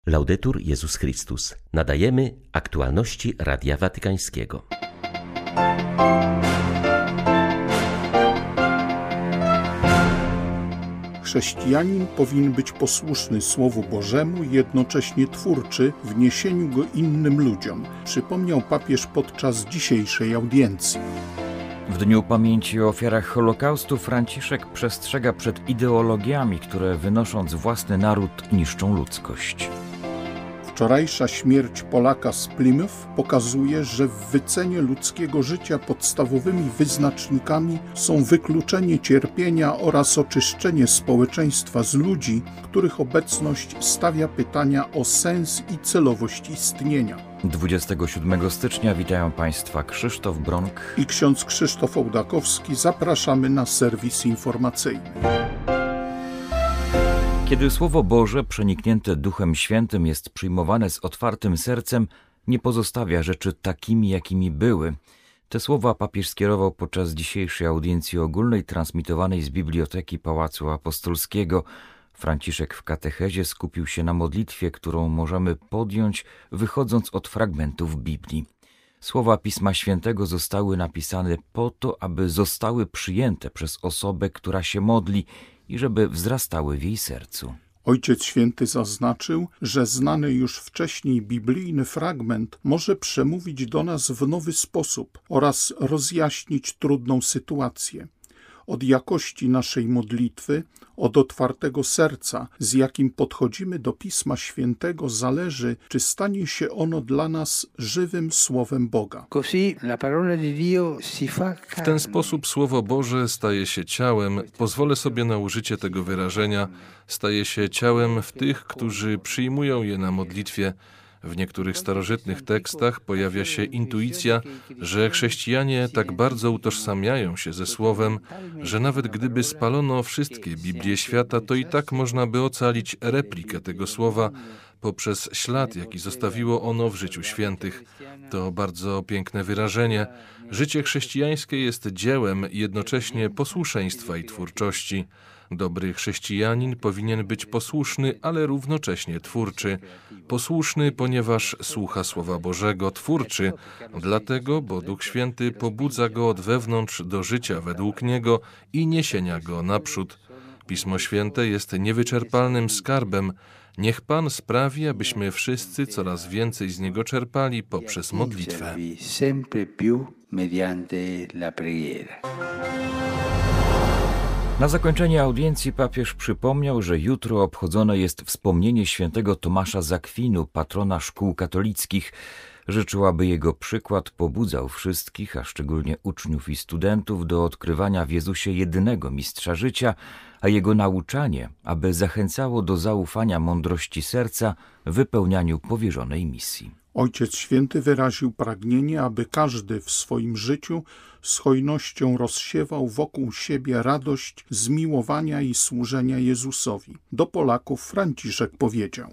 Laudetur Jezus Chrystus. Nadajemy aktualności Radia Watykańskiego. Chrześcijanin powinien być posłuszny Słowu Bożemu, jednocześnie twórczy w niesieniu go innym ludziom, przypomniał papież podczas dzisiejszej audiencji. W Dniu Pamięci o Ofiarach Holokaustu Franciszek przestrzega przed ideologiami, które wynosząc własny naród niszczą ludzkość. Wczorajsza śmierć Polaka z Plymouth pokazuje, że w wycenie ludzkiego życia podstawowymi wyznacznikami są wykluczenie cierpienia oraz oczyszczenie społeczeństwa z ludzi, których obecność stawia pytania o sens i celowość istnienia. 27 stycznia witają Państwa Krzysztof Bronk i ksiądz Krzysztof Ołdakowski. Zapraszamy na serwis informacyjny. Kiedy Słowo Boże, przeniknięte Duchem Świętym, jest przyjmowane z otwartym sercem, nie pozostawia rzeczy takimi, jakimi były. Te słowa papież skierował podczas dzisiejszej audiencji ogólnej transmitowanej z Biblioteki Pałacu Apostolskiego. Franciszek w katechezie skupił się na modlitwie, którą możemy podjąć, wychodząc od fragmentów Biblii. Słowa Pisma Świętego zostały napisane po to, aby zostały przyjęte przez osobę, która się modli, i żeby wzrastały w jej sercu. Ojciec Święty zaznaczył, że znany już wcześniej biblijny fragment może przemówić do nas w nowy sposób oraz rozjaśnić trudną sytuację. Od jakości naszej modlitwy, od otwartego serca, z jakim podchodzimy do Pisma Świętego, zależy, czy stanie się ono dla nas żywym Słowem Boga. W ten sposób Słowo Boże staje się ciałem, pozwolę sobie na użycie tego wyrażenia, staje się ciałem w tych, którzy przyjmują je na modlitwie. W niektórych starożytnych tekstach pojawia się intuicja, że chrześcijanie tak bardzo utożsamiają się ze Słowem, że nawet gdyby spalono wszystkie Biblie świata, to i tak można by ocalić replikę tego Słowa poprzez ślad, jaki zostawiło ono w życiu świętych. To bardzo piękne wyrażenie. Życie chrześcijańskie jest dziełem jednocześnie posłuszeństwa i twórczości. Dobry chrześcijanin powinien być posłuszny, ale równocześnie twórczy. Posłuszny, ponieważ słucha Słowa Bożego, twórczy, dlatego, bo Duch Święty pobudza go od wewnątrz do życia według Niego i niesienia go naprzód. Pismo Święte jest niewyczerpalnym skarbem. Niech Pan sprawi, abyśmy wszyscy coraz więcej z niego czerpali poprzez modlitwę. Na zakończenie audiencji papież przypomniał, że jutro obchodzone jest wspomnienie świętego Tomasza z Akwinu, patrona szkół katolickich. Życzył, aby jego przykład pobudzał wszystkich, a szczególnie uczniów i studentów, do odkrywania w Jezusie jedynego mistrza życia, a jego nauczanie, aby zachęcało do zaufania mądrości serca w wypełnianiu powierzonej misji. Ojciec Święty wyraził pragnienie, aby każdy w swoim życiu z hojnością rozsiewał wokół siebie radość zmiłowania i służenia Jezusowi. Do Polaków Franciszek powiedział: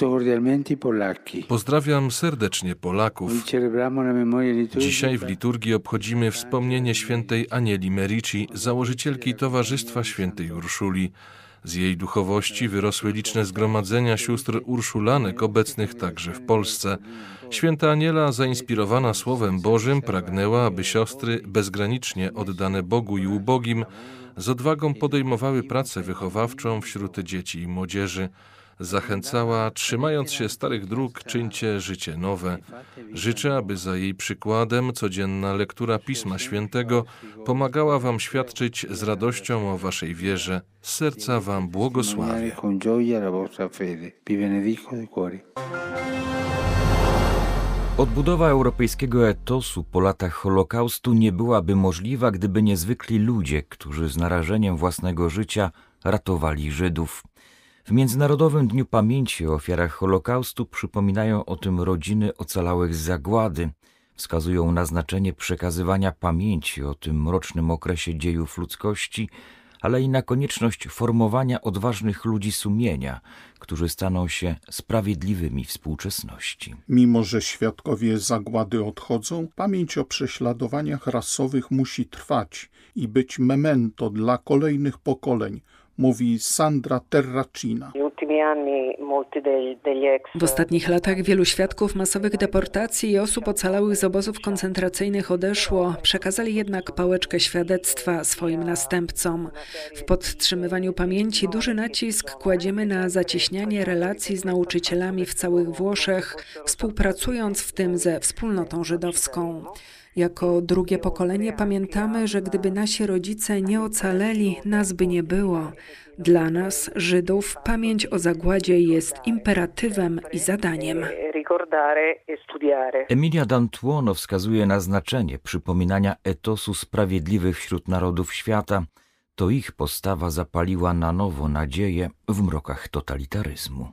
Pozdrawiam serdecznie Polaków. Dzisiaj w liturgii obchodzimy wspomnienie świętej Anieli Merici, założycielki Towarzystwa Świętej Urszuli. Z jej duchowości wyrosły liczne zgromadzenia sióstr urszulanek obecnych także w Polsce. Święta Aniela, zainspirowana Słowem Bożym, pragnęła, aby siostry, bezgranicznie oddane Bogu i ubogim, z odwagą podejmowały pracę wychowawczą wśród dzieci i młodzieży. Zachęcała: trzymając się starych dróg, czyńcie życie nowe. Życzę, aby za jej przykładem codzienna lektura Pisma Świętego pomagała wam świadczyć z radością o waszej wierze. Z serca wam błogosławię. Odbudowa europejskiego etosu po latach Holokaustu nie byłaby możliwa, gdyby niezwykli ludzie, którzy z narażeniem własnego życia ratowali Żydów. W Międzynarodowym Dniu Pamięci o Ofiarach Holokaustu przypominają o tym rodziny ocalałych z zagłady. Wskazują na znaczenie przekazywania pamięci o tym mrocznym okresie dziejów ludzkości, ale i na konieczność formowania odważnych ludzi sumienia, którzy staną się sprawiedliwymi współczesności. Mimo że świadkowie zagłady odchodzą, pamięć o prześladowaniach rasowych musi trwać i być memento dla kolejnych pokoleń, mówi Sandra Terracina. W ostatnich latach wielu świadków masowych deportacji i osób ocalałych z obozów koncentracyjnych odeszło, przekazali jednak pałeczkę świadectwa swoim następcom. W podtrzymywaniu pamięci duży nacisk kładziemy na zacieśnianie relacji z nauczycielami w całych Włoszech, współpracując w tym ze wspólnotą żydowską. Jako drugie pokolenie pamiętamy, że gdyby nasi rodzice nie ocaleli, nas by nie było. Dla nas, Żydów, pamięć o zagładzie jest imperatywem i zadaniem. Emilia D'Antuono wskazuje na znaczenie przypominania etosu sprawiedliwych wśród narodów świata. To ich postawa zapaliła na nowo nadzieję w mrokach totalitaryzmu.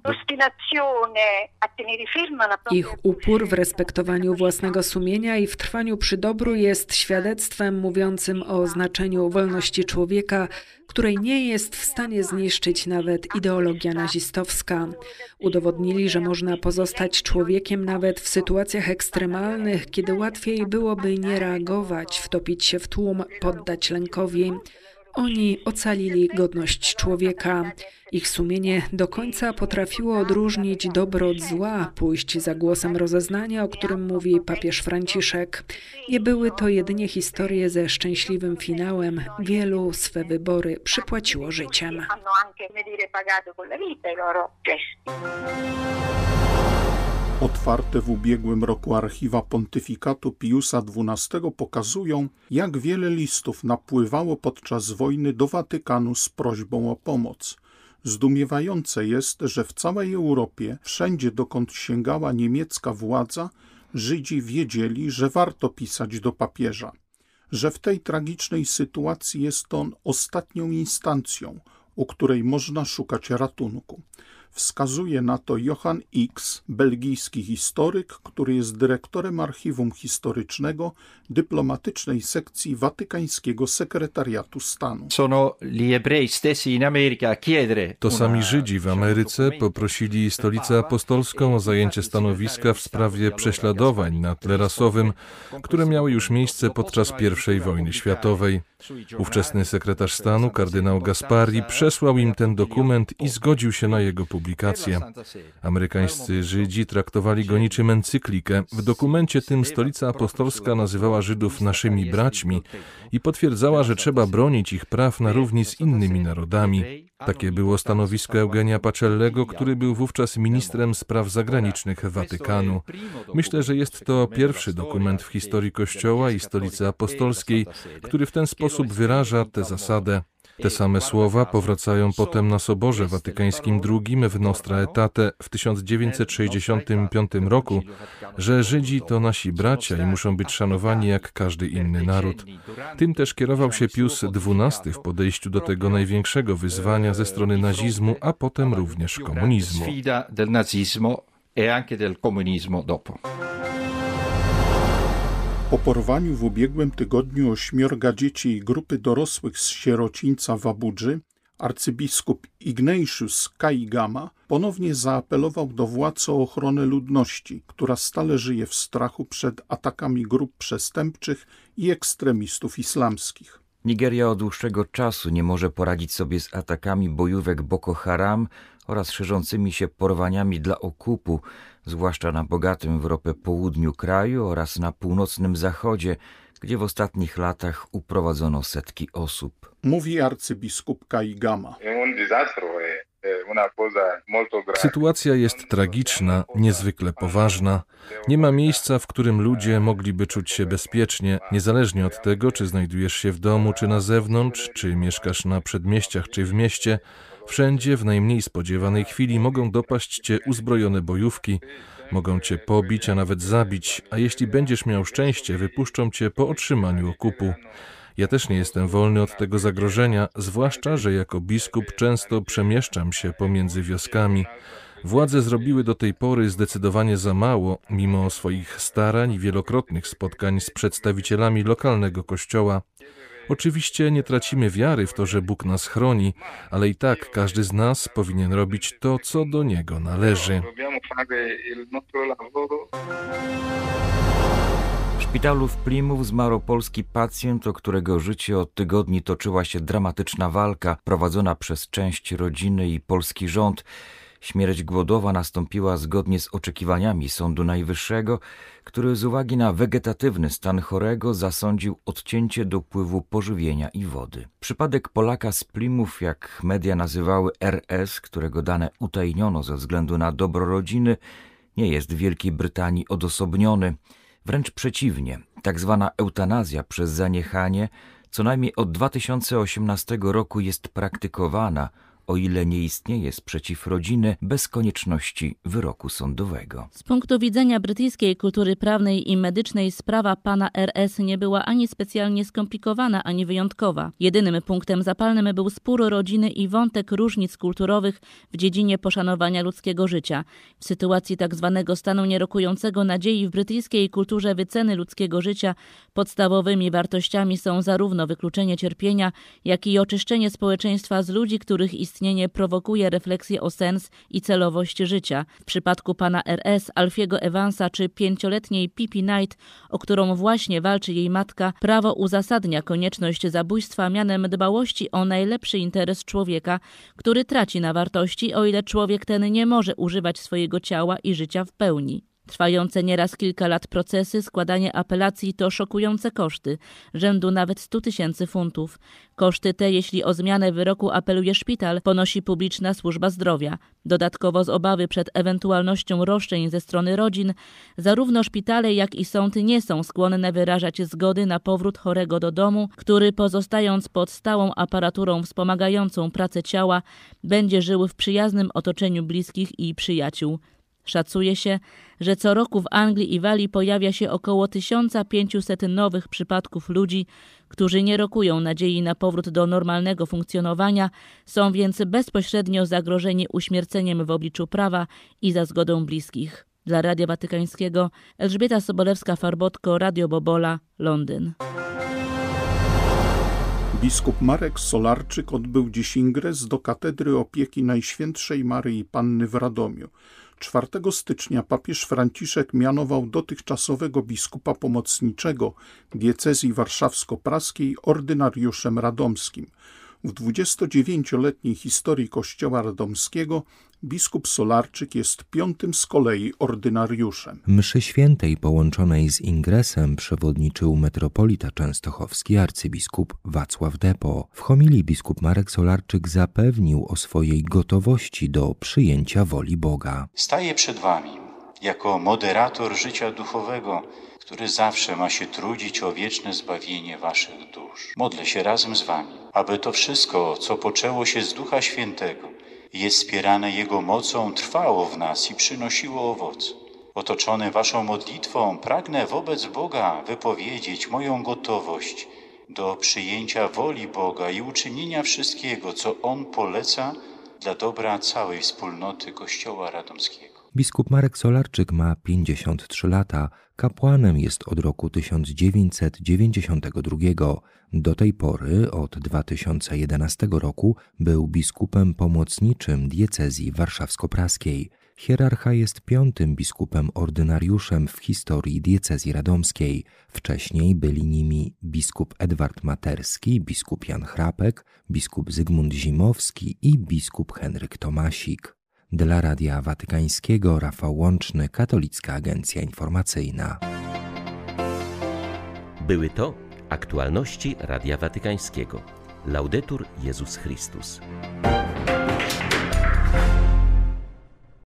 Ich upór w respektowaniu własnego sumienia i w trwaniu przy dobru jest świadectwem mówiącym o znaczeniu wolności człowieka, której nie jest w stanie zniszczyć nawet ideologia nazistowska. Udowodnili, że można pozostać człowiekiem nawet w sytuacjach ekstremalnych, kiedy łatwiej byłoby nie reagować, wtopić się w tłum, poddać lękowi. Oni ocalili godność człowieka. Ich sumienie do końca potrafiło odróżnić dobro od zła, pójść za głosem rozeznania, o którym mówi papież Franciszek. Nie były to jedynie historie ze szczęśliwym finałem. Wielu swe wybory przypłaciło życiem. Otwarte w ubiegłym roku archiwa pontyfikatu Piusa XII pokazują, jak wiele listów napływało podczas wojny do Watykanu z prośbą o pomoc. Zdumiewające jest, że w całej Europie, wszędzie dokąd sięgała niemiecka władza, Żydzi wiedzieli, że warto pisać do papieża, że w tej tragicznej sytuacji jest on ostatnią instancją, u której można szukać ratunku. Wskazuje na to Johann X, belgijski historyk, który jest dyrektorem Archiwum Historycznego dyplomatycznej sekcji Watykańskiego Sekretariatu Stanu. To sami Żydzi w Ameryce poprosili Stolicę Apostolską o zajęcie stanowiska w sprawie prześladowań na tle rasowym, które miały już miejsce podczas I wojny światowej. Ówczesny sekretarz stanu, kardynał Gaspari, przesłał im ten dokument i zgodził się na jego publikację. Amerykańscy Żydzi traktowali go niczym encyklikę. W dokumencie tym Stolica Apostolska nazywała Żydów naszymi braćmi i potwierdzała, że trzeba bronić ich praw na równi z innymi narodami. Takie było stanowisko Eugenia Pacellego, który był wówczas ministrem spraw zagranicznych Watykanu. Myślę, że jest to pierwszy dokument w historii Kościoła i Stolicy Apostolskiej, który w ten sposób wyraża tę zasadę. Te same słowa powracają potem na Soborze Watykańskim II w Nostra Aetate w 1965 roku, że Żydzi to nasi bracia i muszą być szanowani jak każdy inny naród. Tym też kierował się Pius XII w podejściu do tego największego wyzwania ze strony nazizmu, a potem również komunizmu. Po porwaniu w ubiegłym tygodniu 8 dzieci i grupy dorosłych z sierocińca w Abudży, arcybiskup Ignatius Kaigama ponownie zaapelował do władz o ochronę ludności, która stale żyje w strachu przed atakami grup przestępczych i ekstremistów islamskich. Nigeria od dłuższego czasu nie może poradzić sobie z atakami bojówek Boko Haram oraz szerzącymi się porwaniami dla okupu, zwłaszcza na bogatym w ropę południu kraju oraz na północnym zachodzie, gdzie w ostatnich latach uprowadzono setki osób. Mówi arcybiskup Kaigama. Sytuacja jest tragiczna, niezwykle poważna. Nie ma miejsca, w którym ludzie mogliby czuć się bezpiecznie, niezależnie od tego, czy znajdujesz się w domu, czy na zewnątrz, czy mieszkasz na przedmieściach, czy w mieście. Wszędzie w najmniej spodziewanej chwili mogą dopaść cię uzbrojone bojówki, mogą cię pobić, a nawet zabić, a jeśli będziesz miał szczęście, wypuszczą cię po otrzymaniu okupu. Ja też nie jestem wolny od tego zagrożenia, zwłaszcza, że jako biskup często przemieszczam się pomiędzy wioskami. Władze zrobiły do tej pory zdecydowanie za mało, mimo swoich starań i wielokrotnych spotkań z przedstawicielami lokalnego kościoła. Oczywiście nie tracimy wiary w to, że Bóg nas chroni, ale i tak każdy z nas powinien robić to, co do Niego należy. W szpitalu w Plymouth zmarł polski pacjent, o którego życie od tygodni toczyła się dramatyczna walka prowadzona przez część rodziny i polski rząd. Śmierć głodowa nastąpiła zgodnie z oczekiwaniami Sądu Najwyższego, który z uwagi na wegetatywny stan chorego zasądził odcięcie dopływu pożywienia i wody. Przypadek Polaka z Plymouth, jak media nazywały RS, którego dane utajniono ze względu na dobro rodziny, nie jest w Wielkiej Brytanii odosobniony. Wręcz przeciwnie, tak zwana eutanazja przez zaniechanie co najmniej od 2018 roku jest praktykowana, o ile nie istnieje sprzeciw rodziny bez konieczności wyroku sądowego. Z punktu widzenia brytyjskiej kultury prawnej i medycznej sprawa pana RS nie była ani specjalnie skomplikowana, ani wyjątkowa. Jedynym punktem zapalnym był spór rodziny i wątek różnic kulturowych w dziedzinie poszanowania ludzkiego życia. W sytuacji tzw. stanu nierokującego nadziei w brytyjskiej kulturze wyceny ludzkiego życia podstawowymi wartościami są zarówno wykluczenie cierpienia, jak i oczyszczenie społeczeństwa z ludzi, których istnienie prowokuje refleksję o sens i celowość życia. W przypadku pana RS, Alfiego Evansa czy 5-letniej Pippi Knight, o którą właśnie walczy jej matka, prawo uzasadnia konieczność zabójstwa mianem dbałości o najlepszy interes człowieka, który traci na wartości, o ile człowiek ten nie może używać swojego ciała i życia w pełni. Trwające nieraz kilka lat procesy, składanie apelacji to szokujące koszty, rzędu nawet 100 000 funtów. Koszty te, jeśli o zmianę wyroku apeluje szpital, ponosi publiczna służba zdrowia. Dodatkowo z obawy przed ewentualnością roszczeń ze strony rodzin, zarówno szpitale, jak i sąd nie są skłonne wyrażać zgody na powrót chorego do domu, który pozostając pod stałą aparaturą wspomagającą pracę ciała, będzie żył w przyjaznym otoczeniu bliskich i przyjaciół. Szacuje się, że co roku w Anglii i Walii pojawia się około 1500 nowych przypadków ludzi, którzy nie rokują nadziei na powrót do normalnego funkcjonowania, są więc bezpośrednio zagrożeni uśmierceniem w obliczu prawa i za zgodą bliskich. Dla Radia Watykańskiego Elżbieta Sobolewska-Farbotko, Radio Bobola, Londyn. Biskup Marek Solarczyk odbył dziś ingres do Katedry Opieki Najświętszej Maryi Panny w Radomiu. 4 stycznia papież Franciszek mianował dotychczasowego biskupa pomocniczego diecezji warszawsko-praskiej ordynariuszem radomskim. W 29-letniej historii Kościoła Radomskiego biskup Solarczyk jest 5. z kolei ordynariuszem. Mszy świętej połączonej z ingresem przewodniczył metropolita częstochowski arcybiskup Wacław Depo. W homilii biskup Marek Solarczyk zapewnił o swojej gotowości do przyjęcia woli Boga. Staję przed wami jako moderator życia duchowego, który zawsze ma się trudzić o wieczne zbawienie waszych dusz. Modlę się razem z wami, aby to wszystko, co poczęło się z Ducha Świętego, jest wspierane Jego mocą, trwało w nas i przynosiło owoc. Otoczony waszą modlitwą, pragnę wobec Boga wypowiedzieć moją gotowość do przyjęcia woli Boga i uczynienia wszystkiego, co On poleca dla dobra całej wspólnoty Kościoła Radomskiego. Biskup Marek Solarczyk ma 53 lata, kapłanem jest od roku 1992. Do tej pory, od 2011 roku, był biskupem pomocniczym diecezji warszawsko-praskiej. Hierarcha jest 5. biskupem ordynariuszem w historii diecezji radomskiej. Wcześniej byli nimi biskup Edward Materski, biskup Jan Chrapek, biskup Zygmunt Zimowski i biskup Henryk Tomasik. Dla Radia Watykańskiego Rafał Łączny, Katolicka Agencja Informacyjna. Były to aktualności Radia Watykańskiego. Laudetur Jezus Chrystus.